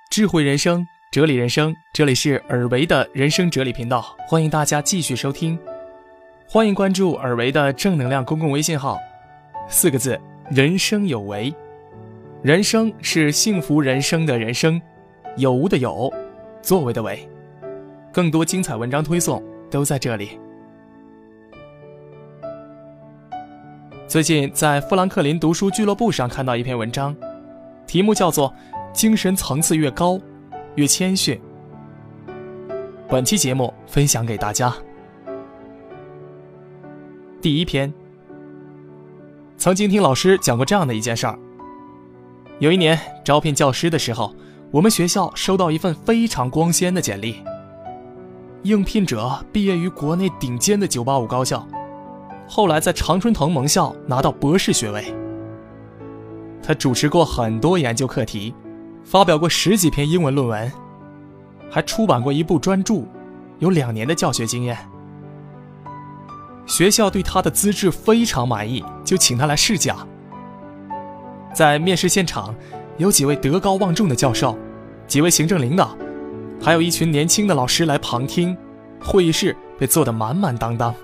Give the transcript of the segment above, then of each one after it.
智慧人生，哲理人生，这里是尔维的人生哲理频道，欢迎大家继续收听。欢迎关注尔维的正能量公共微信号，4个字，人生有为。人生是幸福人生的人生，有无的有，作为的为。更多精彩文章推送都在这里。最近在富兰克林读书俱乐部上看到一篇文章，题目叫做精神层次越高越谦逊。本期节目分享给大家。第一篇，曾经听老师讲过这样的一件事儿。有一年招聘教师的时候，我们学校收到一份非常光鲜的简历，应聘者毕业于国内顶尖的985高校，后来在常春藤盟校拿到博士学位。他主持过很多研究课题，发表过10几篇英文论文，还出版过一部专著，有2年的教学经验。学校对他的资质非常满意，就请他来试讲。在面试现场，有几位德高望重的教授，几位行政领导，还有一群年轻的老师来旁听，会议室被坐得满满当当。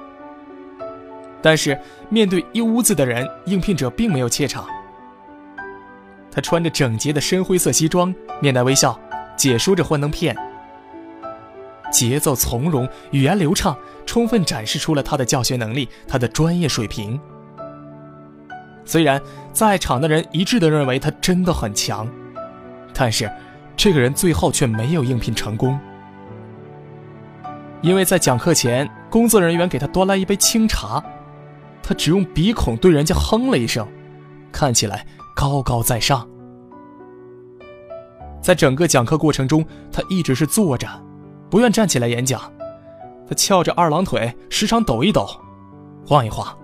但是面对一屋子的人，应聘者并没有怯场。他穿着整洁的深灰色西装，面带微笑，解说着幻灯片，节奏从容，语言流畅，充分展示出了他的教学能力，他的专业水平。虽然在场的人一致地认为他真的很强，但是这个人最后却没有应聘成功。因为在讲课前，工作人员给他端来一杯清茶，他只用鼻孔对人家哼了一声，看起来高高在上。在整个讲课过程中，他一直是坐着，不愿站起来演讲。他翘着2郎腿，时常抖一抖，晃一晃。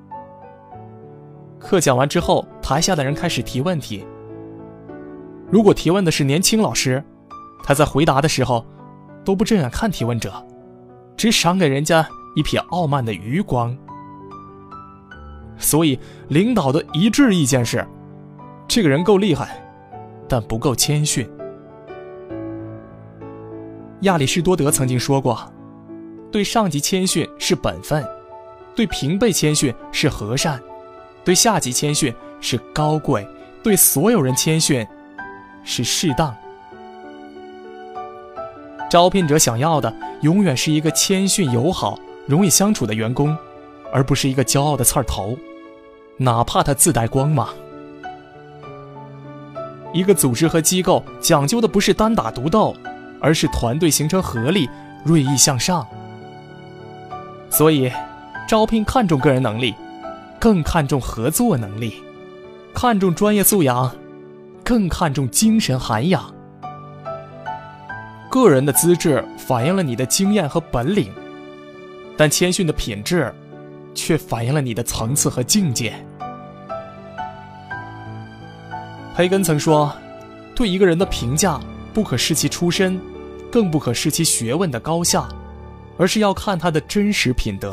课讲完之后，台下的人开始提问题。如果提问的是年轻老师，他在回答的时候都不正眼看提问者，只赏给人家一瞥傲慢的余光。所以领导的一致意见是，这个人够厉害，但不够谦逊。亚里士多德曾经说过，对上级谦逊是本分，对平辈谦逊是和善，对下级谦逊是高贵，对所有人谦逊是适当。招聘者想要的永远是一个谦逊友好、容易相处的员工，而不是一个骄傲的刺儿头，哪怕他自带光芒。一个组织和机构讲究的不是单打独斗，而是团队形成合力，锐意向上。所以招聘看重个人能力，更看重合作能力，看重专业素养，更看重精神涵养。个人的资质反映了你的经验和本领，但谦逊的品质却反映了你的层次和境界。培根曾说，对一个人的评价不可视其出身，更不可视其学问的高下，而是要看他的真实品德。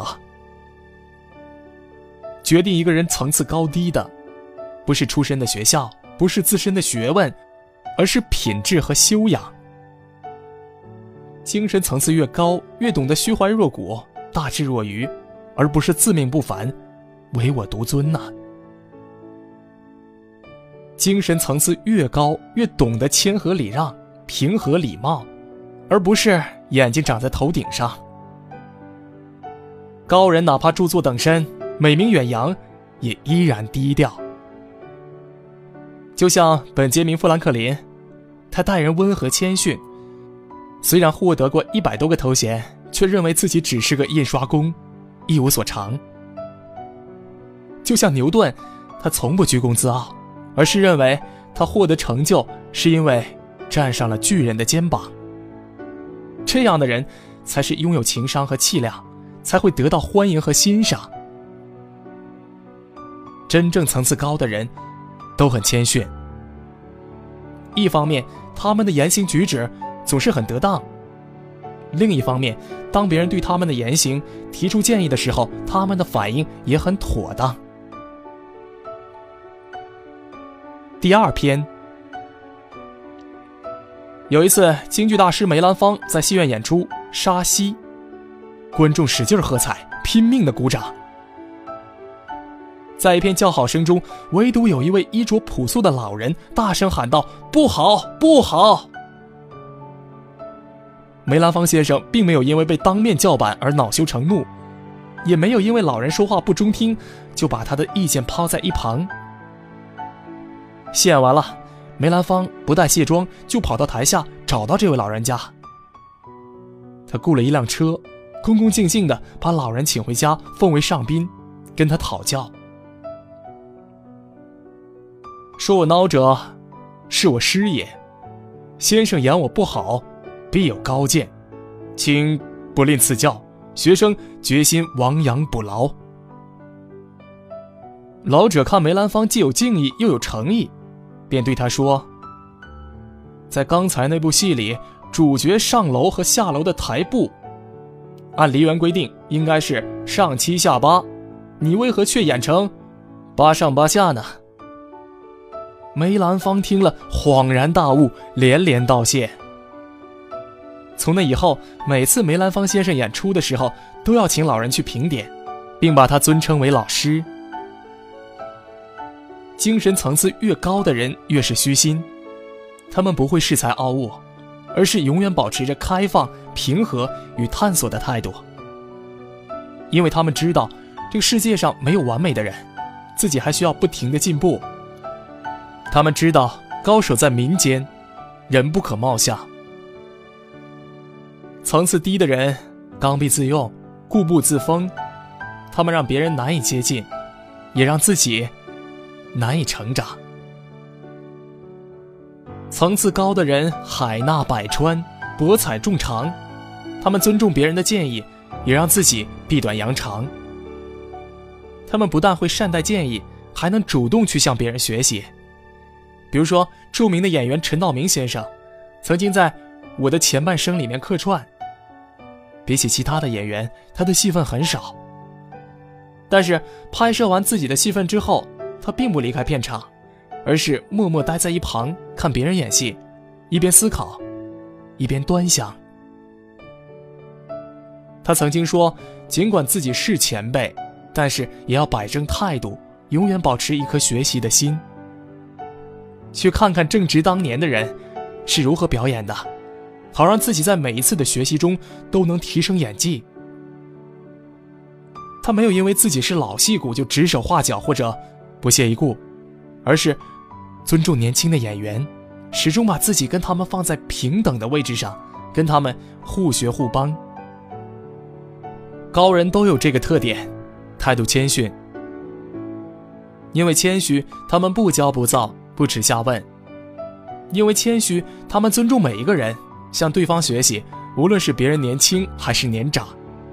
决定一个人层次高低的，不是出身的学校，不是自身的学问，而是品质和修养。精神层次越高，越懂得虚怀若谷，大智若愚，而不是自命不凡，唯我独尊呐。精神层次越高，越懂得谦和礼让，平和礼貌，而不是眼睛长在头顶上。高人哪怕著作等身，美名远扬，也依然低调。就像本杰明·富兰克林，他待人温和谦逊，虽然获得过100多个头衔，却认为自己只是个印刷工，一无所长。就像牛顿，他从不居功自傲，而是认为他获得成就是因为站上了巨人的肩膀。这样的人才是拥有情商和气量，才会得到欢迎和欣赏。真正层次高的人都很谦逊，一方面他们的言行举止总是很得当，另一方面当别人对他们的言行提出建议的时候，他们的反应也很妥当。第2篇， 有一次，京剧大师梅兰芳在戏院演出《沙溪》，观众使劲喝彩，拼命地鼓掌。在一片叫好声中，唯独有一位衣着朴素的老人大声喊道：“不好，不好！”梅兰芳先生并没有因为被当面叫板而恼羞成怒，也没有因为老人说话不中听就把他的意见抛在一旁。戏演完了，梅兰芳不带卸妆就跑到台下找到这位老人家。他雇了一辆车，恭恭敬敬地把老人请回家，奉为上宾，跟他讨教。说我孬者，是我师也。先生言我不好，必有高见，请不吝赐教，学生决心亡羊补牢。老者看梅兰芳既有敬意又有诚意，便对他说：“在刚才那部戏里，主角上楼和下楼的台步，按梨园规定应该是上七下八，你为何却演成八上八下呢？”梅兰芳听了恍然大悟，连连道谢。从那以后，每次梅兰芳先生演出的时候，都要请老人去评点，并把他尊称为老师。精神层次越高的人越是虚心，他们不会恃才傲物，而是永远保持着开放、平和与探索的态度。因为他们知道这个世界上没有完美的人，自己还需要不停地进步。他们知道高手在民间，人不可貌相。层次低的人刚愎自用，固步自封，他们让别人难以接近，也让自己难以成长。层次高的人海纳百川，博采众长，他们尊重别人的建议，也让自己避短扬长。他们不但会善待建议，还能主动去向别人学习。比如说，著名的演员陈道明先生曾经在《我的前半生》里面客串。比起其他的演员，他的戏份很少，但是拍摄完自己的戏份之后，他并不离开片场，而是默默待在一旁看别人演戏，一边思考一边端详。他曾经说，尽管自己是前辈，但是也要摆正态度，永远保持一颗学习的心。去看看正值当年的人是如何表演的，好让自己在每一次的学习中都能提升演技。他没有因为自己是老戏骨就指手画脚或者不屑一顾，而是尊重年轻的演员，始终把自己跟他们放在平等的位置上，跟他们互学互帮。高人都有这个特点，态度谦逊。因为谦虚，他们不骄不躁，不耻下问。因为谦虚，他们尊重每一个人，向对方学习，无论是别人年轻还是年长。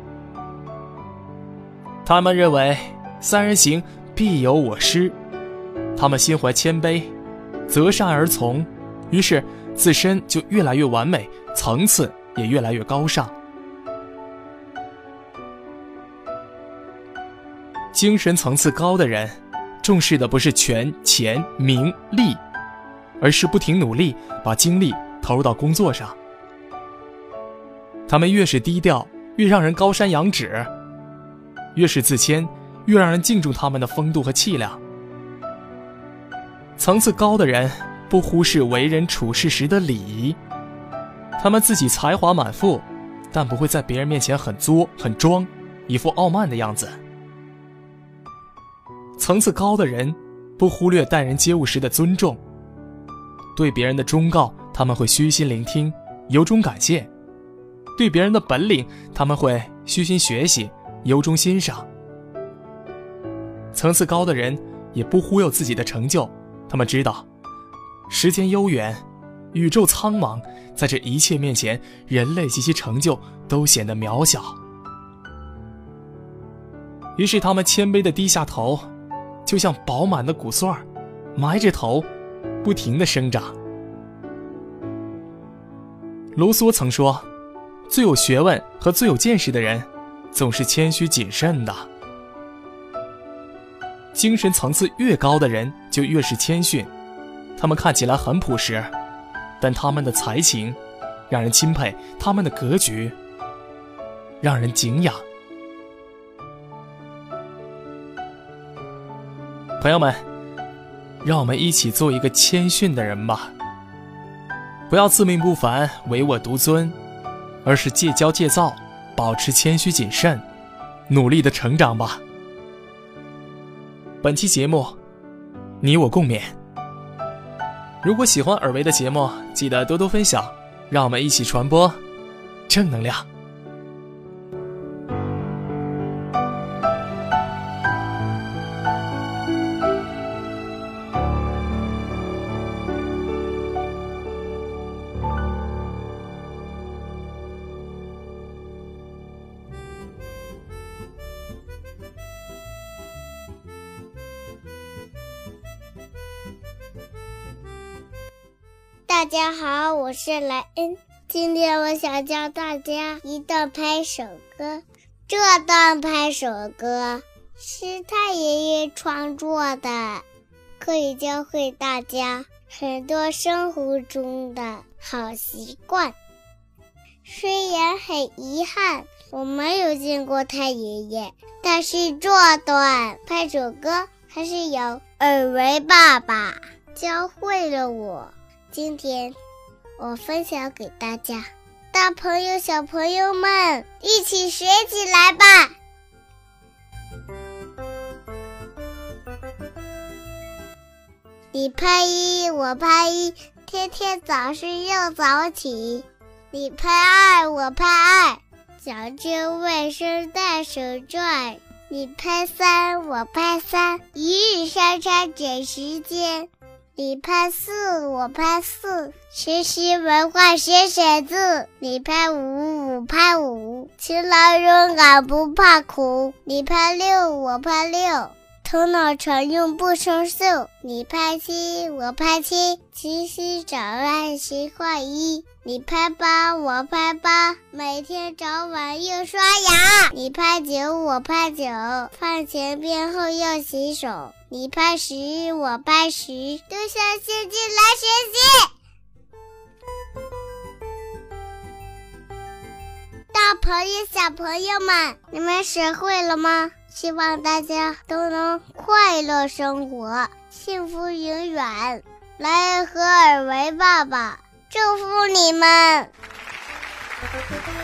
他们认为三人行必有我师，他们心怀谦卑，择善而从，于是自身就越来越完美，层次也越来越高尚。精神层次高的人，重视的不是权、钱、名、利，而是不停努力，把精力投入到工作上。他们越是低调，越让人高山仰止；越是自谦，越让人敬重他们的风度和气量。层次高的人不忽视为人处事时的礼仪，他们自己才华满腹，但不会在别人面前很作很装，一副傲慢的样子。层次高的人不忽略待人接物时的尊重，对别人的忠告他们会虚心聆听，由衷感谢；对别人的本领他们会虚心学习，由衷欣赏。层次高的人也不忽悠自己的成就，他们知道时间悠远，宇宙苍茫，在这一切面前，人类及其成就都显得渺小。于是他们谦卑地低下头，就像饱满的谷穗，埋着头不停地生长。卢梭曾说，最有学问和最有见识的人总是谦虚谨慎的。精神层次越高的人就越是谦逊，他们看起来很朴实， 但他们的才情让人钦佩，他们的格局让人敬仰。朋友们，让我们一起做一个谦逊的人吧，不要自命不凡，唯我独尊，而是戒骄戒躁，保持谦虚谨慎，努力的成长吧。本期节目你我共勉。如果喜欢尔维的节目，记得多多分享，让我们一起传播正能量。 大家好，我是莱恩。今天我想教大家一段拍手歌。这段拍手歌是太爷爷创作的，可以教会大家很多生活中的好习惯。虽然很遗憾我没有见过太爷爷，但是这段拍手歌还是由尔维爸爸教会了我。今天我分享给大家，大朋友小朋友们一起学起来吧。你拍一我拍一，天天早睡又早起。你拍二我拍二，讲究卫生戴手绢。你拍三我拍三，一日三餐准时间。你拍四我拍四，学习文化写写字。你拍五我拍五，勤劳勇敢不怕苦。你拍六我拍六，头脑常用不生锈。你拍七我拍七，勤洗早安勤换衣。你拍八我拍八，每天早晚又刷牙。你拍九我拍九，饭前便后要洗手。你拍十我拍十，都向先进来学习。大朋友小朋友们，你们学会了吗？希望大家都能快乐生活，幸福永远。莱恩和尔维爸爸祝福你们。